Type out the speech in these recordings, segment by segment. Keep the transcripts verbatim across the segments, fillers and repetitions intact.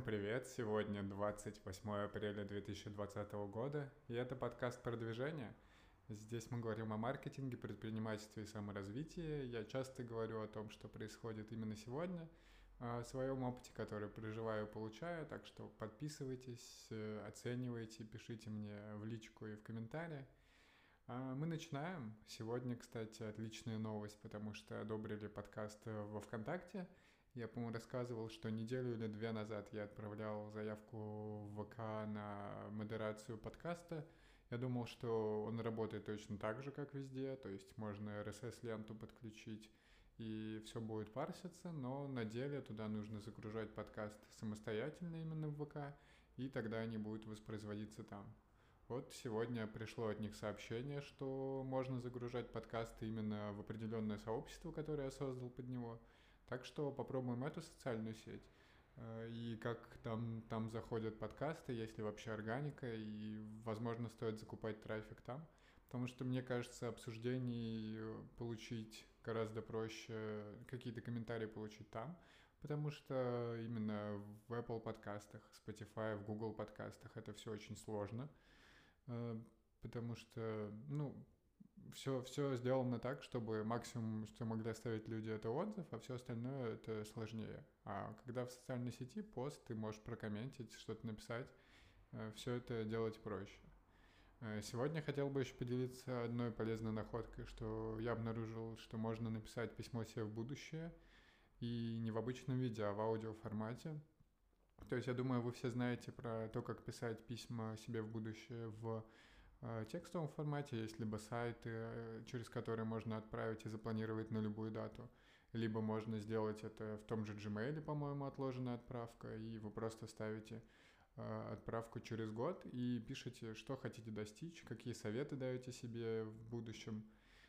привет! Сегодня двадцать восьмое апреля две тысячи двадцатого года, и это подкаст «Продвижение». Здесь мы говорим о маркетинге, предпринимательстве и саморазвитии. Я часто говорю о том, что происходит именно сегодня, о своем опыте, который проживаю и получаю, так что подписывайтесь, э, оценивайте, пишите мне в личку и в комментариях. А, Мы начинаем. Сегодня, кстати, отличная новость, потому что одобрили подкаст э, во ВКонтакте. Я, по-моему, рассказывал, что неделю или две назад я отправлял заявку в ВК на модерацию подкаста. Я думал, что он работает точно так же, как везде, то есть можно эр эс эс-ленту подключить и все будет парситься, но на деле туда нужно загружать подкаст самостоятельно именно в ВК, и тогда они будут воспроизводиться там. Вот сегодня пришло от них сообщение, что можно загружать подкасты именно в определенное сообщество, которое я создал под него. Так что попробуем эту социальную сеть. Э, И как там, там заходят подкасты, есть ли вообще органика, и, возможно, стоит закупать трафик там. Потому что, мне кажется, обсуждений э, получить гораздо проще, какие-то комментарии получить там. Потому что именно в Apple подкастах, Spotify, в Google подкастах это все очень сложно. Э, Потому что, ну, все, все сделано так, чтобы максимум, что могли оставить люди, это отзыв, а все остальное это сложнее. А когда в социальной сети пост, ты можешь прокомментить, что-то написать, все это делать проще. Э, Сегодня хотел бы еще поделиться одной полезной находкой, что я обнаружил, что можно написать письмо себе в будущее, и не в обычном виде, а в аудиоформате. То есть я думаю, вы все знаете про то, как писать письма себе в будущее в э, текстовом формате. Есть либо сайты, э, через которые можно отправить и запланировать на любую дату, либо можно сделать это в том же Gmail, по-моему, отложенная отправка, и вы просто ставите э, отправку через год и пишете, что хотите достичь, какие советы даете себе в будущем,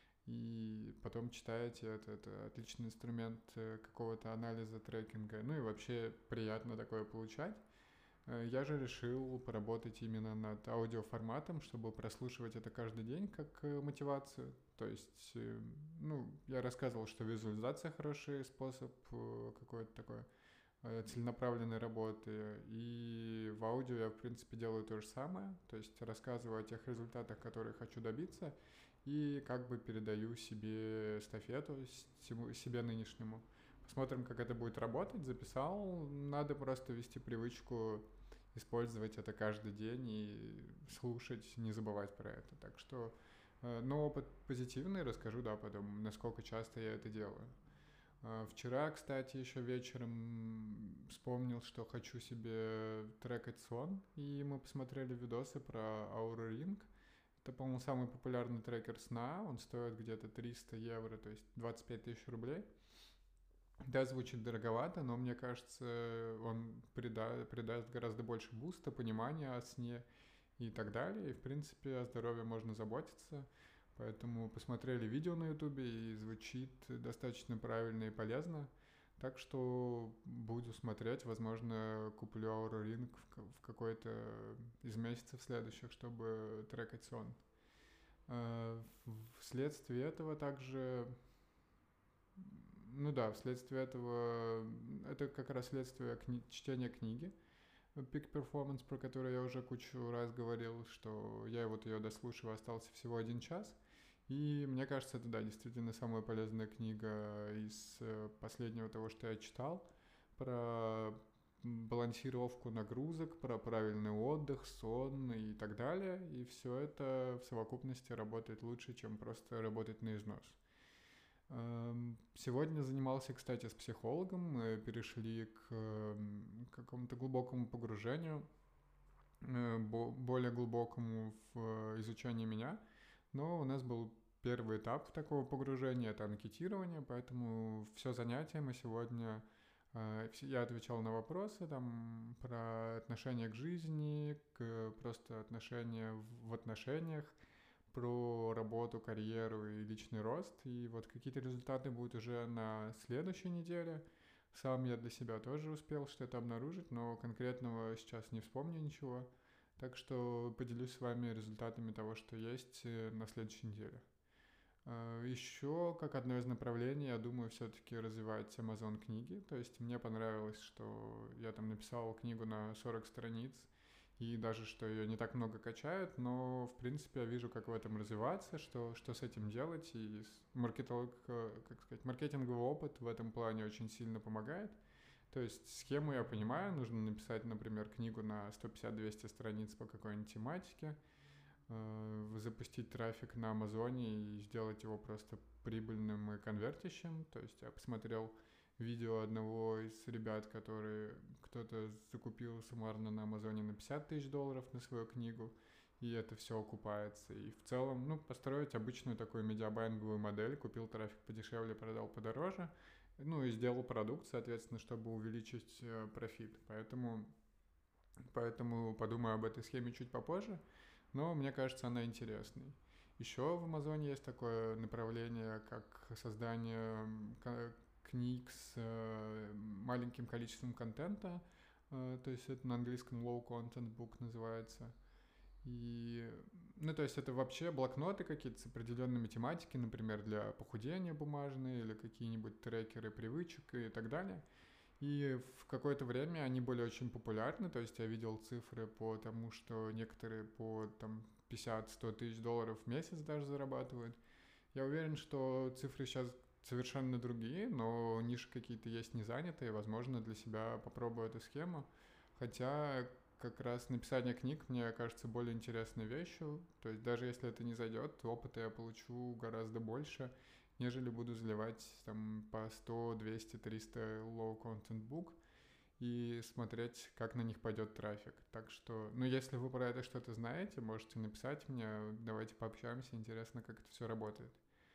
и потом читаете это. Это отличный инструмент э, какого-то анализа, трекинга. Ну и вообще приятно такое получать. Э, Я же решил поработать именно над аудиоформатом, чтобы прослушивать это каждый день как э, мотивацию. То есть, э, ну, я рассказывал, что визуализация хороший способ э, какой-то такой э, целенаправленной работы. И в аудио я, в принципе, делаю то же самое. То есть рассказываю о тех результатах, которые хочу добиться, и как бы передаю себе эстафету сему- себе нынешнему. Посмотрим, как это будет работать. Записал. Надо просто вести привычку использовать это каждый день и слушать, не забывать про это. Так что, э, но опыт позитивный, расскажу, да, потом, насколько часто я это делаю. Э, Вчера, кстати, еще вечером вспомнил, что хочу себе трекать сон, и мы посмотрели видосы про Aura Ring. Это, по-моему, самый популярный трекер сна, он стоит где-то триста евро, то есть двадцать пять тысяч рублей. Да, звучит дороговато, но мне кажется, он прида- придаст гораздо больше буста, понимания о сне и так далее. И, в принципе, о здоровье можно заботиться. Поэтому посмотрели видео на ютубе, и звучит достаточно правильно и полезно. Так что буду смотреть, возможно, куплю Aura Ring в, ка- в какой-то из месяцев следующих, чтобы трекать сон. Э, в- Вследствие этого также, ну да, вследствие этого, это как раз следствие кни- чтения книги Peak Performance, про которую я уже кучу раз говорил, что я вот ее дослушал, остался всего один час. И мне кажется, это, да, действительно самая полезная книга из э, последнего того, что я читал, про балансировку нагрузок, про правильный отдых, сон и так далее. И все это в совокупности работает лучше, чем просто работать на износ. Эм, Сегодня занимался, кстати, с психологом. Мы перешли к эм, какому-то глубокому погружению, э, бо- более глубокому в э, изучении меня. Но у нас был первый этап такого погружения — это анкетирование, поэтому все занятие мы сегодня... э, вс- Я отвечал на вопросы там про отношение к жизни, к просто отношения в в отношениях, про работу, карьеру и личный рост. И вот какие-то результаты будут уже на следующей неделе. Сам я для себя тоже успел что-то обнаружить, но конкретного сейчас не вспомню ничего. Так что поделюсь с вами результатами того, что есть э, на следующей неделе. Еще как одно из направлений, я думаю, все-таки развивать Amazon книги. То есть мне понравилось, что я там написал книгу на сорок страниц, и даже что ее не так много качают, но в принципе я вижу, как в этом развиваться, что, что с этим делать, и маркетолог, как сказать, маркетинговый опыт в этом плане очень сильно помогает. То есть схему я понимаю, нужно написать, например, книгу на сто пятьдесят-двести страниц по какой-нибудь тематике, запустить трафик на Амазоне и сделать его просто прибыльным и конвертящим. То есть я посмотрел видео одного из ребят, который кто-то закупил суммарно на Амазоне на пятьдесят тысяч долларов на свою книгу, и это все окупается. И в целом, ну, построить обычную такую медиабайинговую модель, купил трафик подешевле, продал подороже, ну и сделал продукт, соответственно, чтобы увеличить э, профит. Поэтому, поэтому подумаю об этой схеме чуть попозже, но мне кажется, она интересной. Еще в Амазоне есть такое направление, как создание книг с э, маленьким количеством контента, э, то есть это на английском low content book называется. И, ну, то есть это вообще блокноты какие-то с определенными тематикой, например, для похудения бумажные или какие-нибудь трекеры привычек и так далее. И в какое-то время они были очень популярны, то есть я видел цифры по тому, что некоторые по там пятьдесят-сто тысяч долларов в месяц даже зарабатывают. Я уверен, что цифры сейчас совершенно другие, но ниши какие-то есть не занятые, возможно, для себя попробую эту схему. Хотя как раз написание книг мне кажется более интересной вещью, то есть даже если это не зайдет, опыта я получу гораздо больше, нежели буду заливать там по сто, двести, триста low content book и смотреть, как на них пойдет трафик. Так что, ну, если вы про это что-то знаете, можете написать мне, давайте пообщаемся, интересно, как это все работает.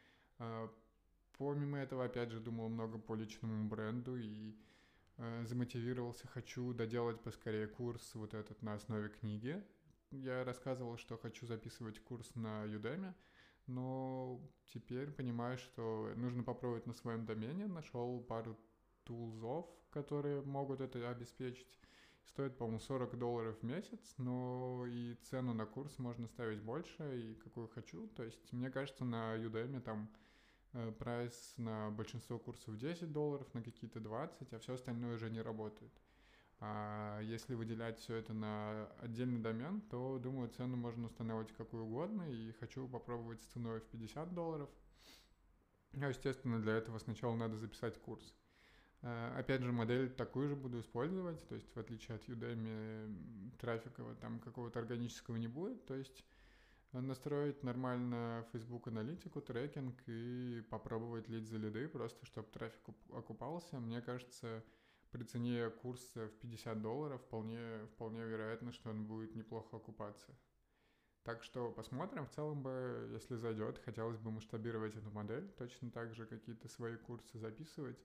Помимо этого, опять же, думал много по личному бренду и э, замотивировался, хочу доделать поскорее курс вот этот на основе книги. Я рассказывал, что хочу записывать курс на Udemy, но теперь понимаю, что нужно попробовать на своем домене. Нашел пару тулзов, которые могут это обеспечить. Стоит, по-моему, сорок долларов в месяц, но и цену на курс можно ставить больше, и какую хочу. То есть, мне кажется, на Udemy там прайс на большинство курсов десять долларов, на какие-то двадцать, а все остальное уже не работает. А если выделять все это на отдельный домен, то, думаю, цену можно устанавливать какую угодно, и хочу попробовать с ценой в пятьдесят долларов. Но, естественно, для этого сначала надо записать курс. Опять же, модель такую же буду использовать, то есть в отличие от Udemy трафика там какого-то органического не будет, то есть настроить нормально Facebook аналитику, трекинг и попробовать лить за лиды, просто чтобы трафик окупался. Мне кажется, при цене курса в пятьдесят долларов вполне, вполне вероятно, что он будет неплохо окупаться. Так что посмотрим. В целом бы, если зайдет, хотелось бы масштабировать эту модель, точно так же какие-то свои курсы записывать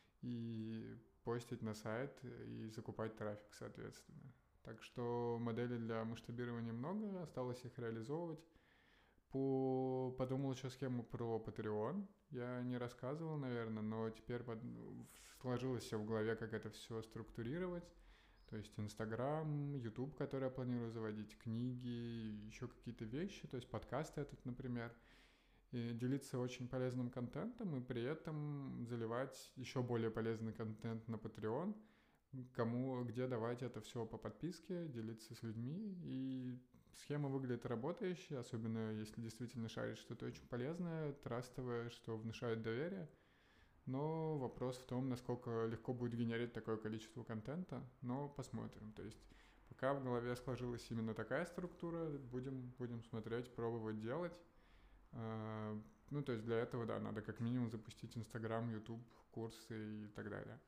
и постить на сайт и закупать трафик, соответственно. Так что моделей для масштабирования много, осталось их реализовывать. По... Подумал еще схему про Patreon. Я не рассказывал, наверное, но теперь под... сложилось все в голове, как это все структурировать. То есть Инстаграм, Ютуб, который я планирую заводить, книги, еще какие-то вещи, то есть подкасты этот, например. И делиться очень полезным контентом и при этом заливать еще более полезный контент на Patreon, кому, где давать это все по подписке, делиться с людьми. И схема выглядит работающей, особенно если действительно шарить что-то очень полезное, трастовое, что внушает доверие. Но вопрос в том, насколько легко будет генерить такое количество контента, но посмотрим. То есть пока в голове сложилась именно такая структура, будем, будем смотреть, пробовать делать. Ну, то есть для этого, да, надо как минимум запустить Инстаграм, Ютуб, курсы и так далее.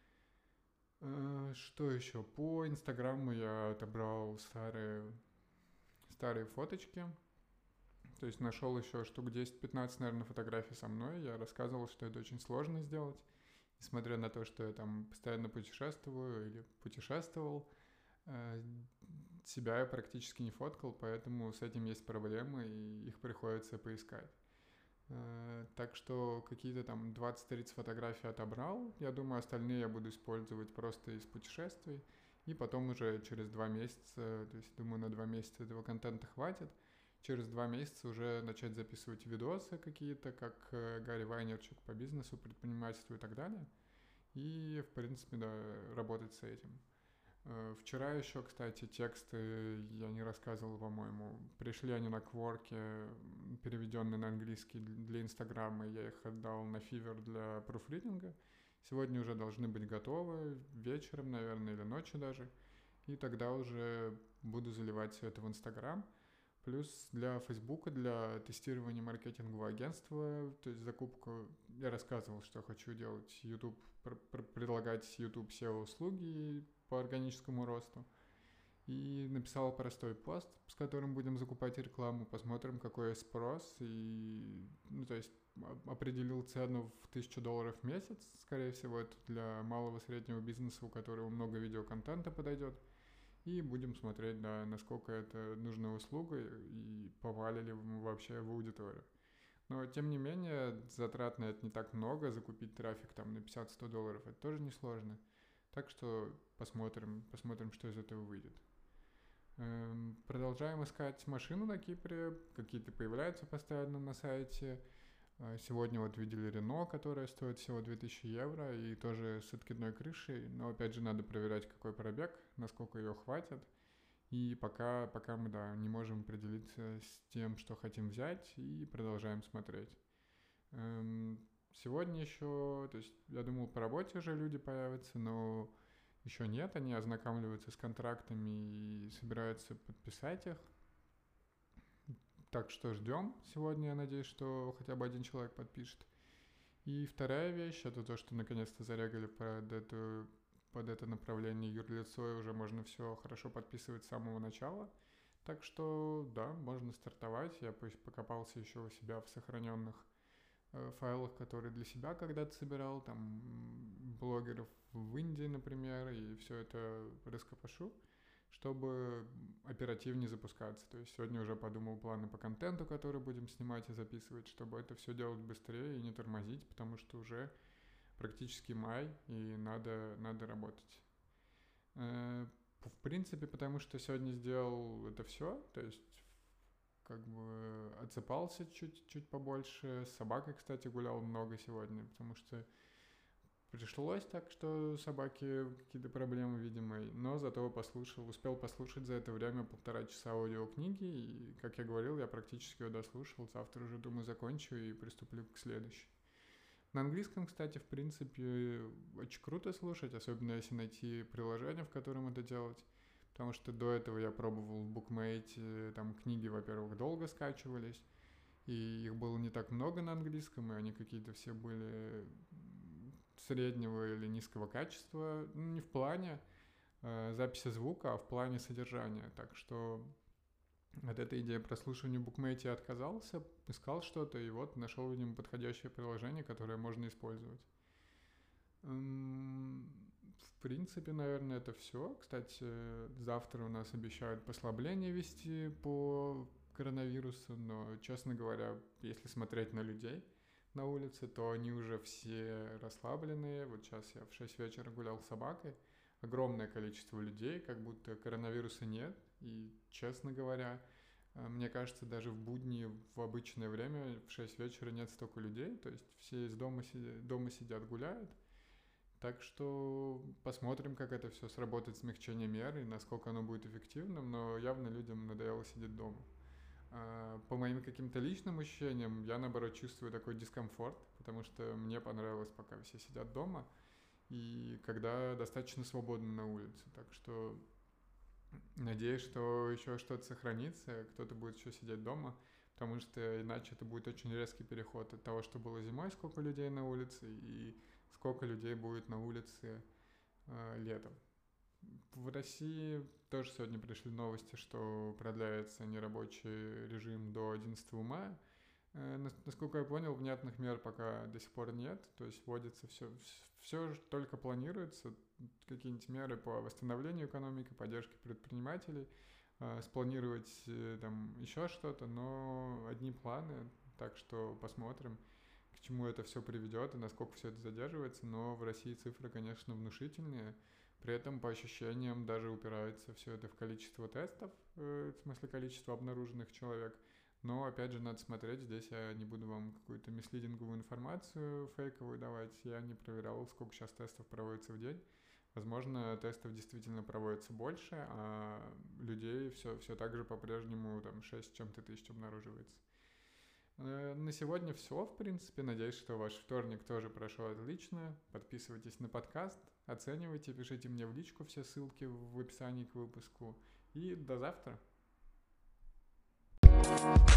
Что еще? По Инстаграму я отобрал старые, старые фоточки. То есть нашел еще штук десять-пятнадцать, наверное, фотографий со мной. Я рассказывал, что это очень сложно сделать. Несмотря на то, что я там постоянно путешествую или путешествовал, себя я практически не фоткал, поэтому с этим есть проблемы, и их приходится поискать. Так что какие-то там двадцать-тридцать фотографий отобрал. Я думаю, остальные я буду использовать просто из путешествий. И потом уже через два месяца, то есть, думаю, на два месяца этого контента хватит. через два месяца уже начать записывать видосы какие-то, как Гарри Вайнерчук по бизнесу, предпринимательству и так далее. И, в принципе, да, работать с этим. Вчера еще, кстати, тексты, я не рассказывал, по-моему, пришли они на Quark, переведенные на английский для Инстаграма, я их отдал на Fiverr для пруфридинга. Сегодня уже должны быть готовы, вечером, наверное, или ночью даже. И тогда уже буду заливать все это в Инстаграм. Плюс для Фейсбука, для тестирования маркетингового агентства, то есть закупку, я рассказывал, что хочу делать YouTube, предлагать YouTube эс и о-услуги по органическому росту. И написал простой пост, с которым будем закупать рекламу, посмотрим, какой спрос. И, ну, то есть определил цену в тысячу долларов в месяц, скорее всего, это для малого среднего бизнеса, у которого много видеоконтента подойдет. И будем смотреть, да, насколько это нужная услуга и повалили вообще в аудиторию. Но, тем не менее, затрат на это не так много, закупить трафик там на пятьдесят-сто долларов это тоже несложно. Так что посмотрим, посмотрим, что из этого выйдет. Эм, продолжаем искать машину на Кипре, какие-то появляются постоянно на сайте. Сегодня вот видели Рено, которая стоит всего две тысячи евро и тоже с откидной крышей, но опять же надо проверять, какой пробег, насколько ее хватит. И пока, пока мы, да, не можем определиться с тем, что хотим взять, и продолжаем смотреть. Сегодня еще, то есть я думал, по работе уже люди появятся, но еще нет, они ознакомливаются с контрактами и собираются подписать их. Так что ждем. Сегодня я надеюсь, что хотя бы один человек подпишет. И вторая вещь, это то, что наконец-то зарегали под, эту, под это направление юрлицо, и уже можно все хорошо подписывать с самого начала. Так что, да, можно стартовать. Я покопался еще у себя в сохраненных э, файлах, которые для себя когда-то собирал, там блогеров в Индии, например, и все это раскопашу, чтобы оперативнее запускаться. То есть сегодня уже подумал планы по контенту, который будем снимать и записывать, чтобы это все делать быстрее и не тормозить, потому что уже практически май, и надо, надо работать. В принципе, потому что сегодня сделал это все, то есть как бы отсыпался чуть-чуть побольше. С собакой, кстати, гулял много сегодня, потому что пришлось так, что собаки какие-то проблемы, видимо, но зато послушал, успел послушать за это время полтора часа аудиокниги, и, как я говорил, я практически ее дослушал. Завтра уже, думаю, закончу и приступлю к следующей. На английском, кстати, в принципе, очень круто слушать, особенно если найти приложение, в котором это делать, потому что до этого я пробовал в Bookmate, там книги, во-первых, долго скачивались, и их было не так много на английском, и они какие-то все были среднего или низкого качества, ну, не в плане э, записи звука, а в плане содержания. Так что от этой идеи прослушивания в Bookmate я отказался, искал что-то, и вот нашел, видимо, подходящее приложение, которое можно использовать. Эм, в принципе, наверное, это все. Кстати, завтра у нас обещают послабление вести по коронавирусу, но, честно говоря, если смотреть на людей на улице, то они уже все расслабленные. Вот сейчас я в шесть вечера гулял с собакой. Огромное количество людей, как будто коронавируса нет. И, честно говоря, мне кажется, даже в будни, в обычное время, в шесть вечера нет столько людей. То есть все из дома, сидят, дома сидят, гуляют. Так что посмотрим, как это все сработает, смягчение мер, и насколько оно будет эффективным. Но явно людям надоело сидеть дома. По моим каким-то личным ощущениям, я, наоборот, чувствую такой дискомфорт, потому что мне понравилось, пока все сидят дома, и когда достаточно свободно на улице. Так что надеюсь, что еще что-то сохранится, кто-то будет еще сидеть дома, потому что иначе это будет очень резкий переход от того, что было зимой, сколько людей на улице, и сколько людей будет на улице э, летом. В России тоже сегодня пришли новости, что продляется нерабочий режим до одиннадцатого мая. Насколько я понял, внятных мер пока до сих пор нет. То есть вводится все, все только планируется, какие-нибудь меры по восстановлению экономики, поддержке предпринимателей, спланировать там еще что-то, но одни планы, так что посмотрим, к чему это все приведет и насколько все это задерживается. Но в России цифры, конечно, внушительные. При этом, по ощущениям, даже упирается все это в количество тестов, в смысле количество обнаруженных человек. Но, опять же, надо смотреть, здесь я не буду вам какую-то мислидинговую информацию фейковую давать. Я не проверял, сколько сейчас тестов проводится в день. Возможно, тестов действительно проводится больше, а людей все, все так же по-прежнему там шесть с чем-то тысяч обнаруживается. На сегодня все, в принципе. Надеюсь, что ваш вторник тоже прошел отлично. Подписывайтесь на подкаст, оценивайте, пишите мне в личку, все ссылки в описании к выпуску. И до завтра.